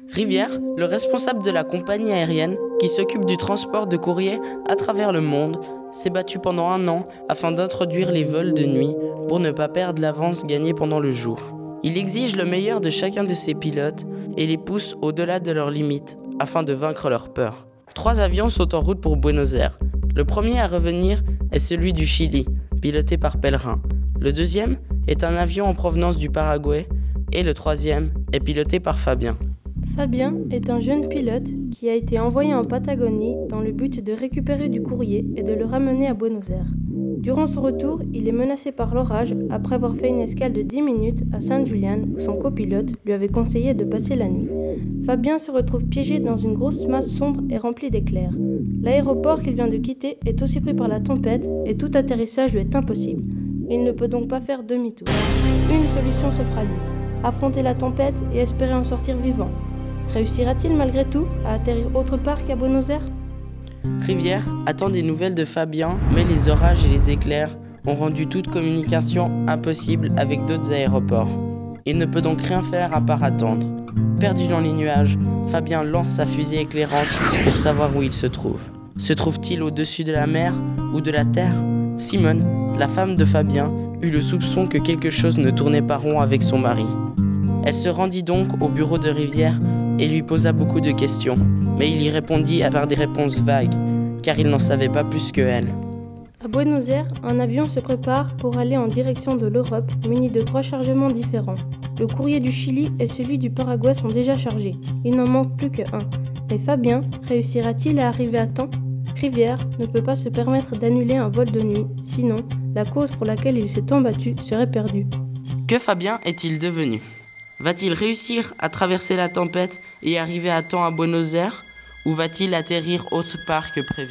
Rivière, le responsable de la compagnie aérienne qui s'occupe du transport de courrier à travers le monde, s'est battu pendant 1 an afin d'introduire les vols de nuit pour ne pas perdre l'avance gagnée pendant le jour. Il exige le meilleur de chacun de ses pilotes et les pousse au-delà de leurs limites afin de vaincre leur peur. 3 avions sont en route pour Buenos Aires. Le premier à revenir est celui du Chili, piloté par Pellerin. Le deuxième est un avion en provenance du Paraguay et le troisième est piloté par Fabien. Fabien est un jeune pilote qui a été envoyé en Patagonie dans le but de récupérer du courrier et de le ramener à Buenos Aires. Durant son retour, il est menacé par l'orage après avoir fait une escale de 10 minutes à San Julián où son copilote lui avait conseillé de passer la nuit. Fabien se retrouve piégé dans une grosse masse sombre et remplie d'éclairs. L'aéroport qu'il vient de quitter est aussi pris par la tempête et tout atterrissage lui est impossible. Il ne peut donc pas faire demi-tour. Une solution s'offre à lui, affronter la tempête et espérer en sortir vivant. Réussira-t-il malgré tout à atterrir autre part qu'à Buenos Aires ? Rivière attend des nouvelles de Fabien, mais les orages et les éclairs ont rendu toute communication impossible avec d'autres aéroports. Il ne peut donc rien faire à part attendre. Perdu dans les nuages, Fabien lance sa fusée éclairante pour savoir où il se trouve. Se trouve-t-il au-dessus de la mer ou de la terre ? Simone, la femme de Fabien, eut le soupçon que quelque chose ne tournait pas rond avec son mari. Elle se rendit donc au bureau de Rivière et lui posa beaucoup de questions, mais il y répondit par des réponses vagues, car il n'en savait pas plus que elle. À Buenos Aires, un avion se prépare pour aller en direction de l'Europe, muni de 3 chargements différents. Le courrier du Chili et celui du Paraguay sont déjà chargés. Il n'en manque plus qu'un. Mais Fabien réussira-t-il à arriver à temps ? Rivière ne peut pas se permettre d'annuler un vol de nuit, sinon la cause pour laquelle il s'est tant battu serait perdue. Que Fabien est-il devenu ? Va-t-il réussir à traverser la tempête et arriver à temps à Buenos Aires, ou va-t-il atterrir autre part que prévu ?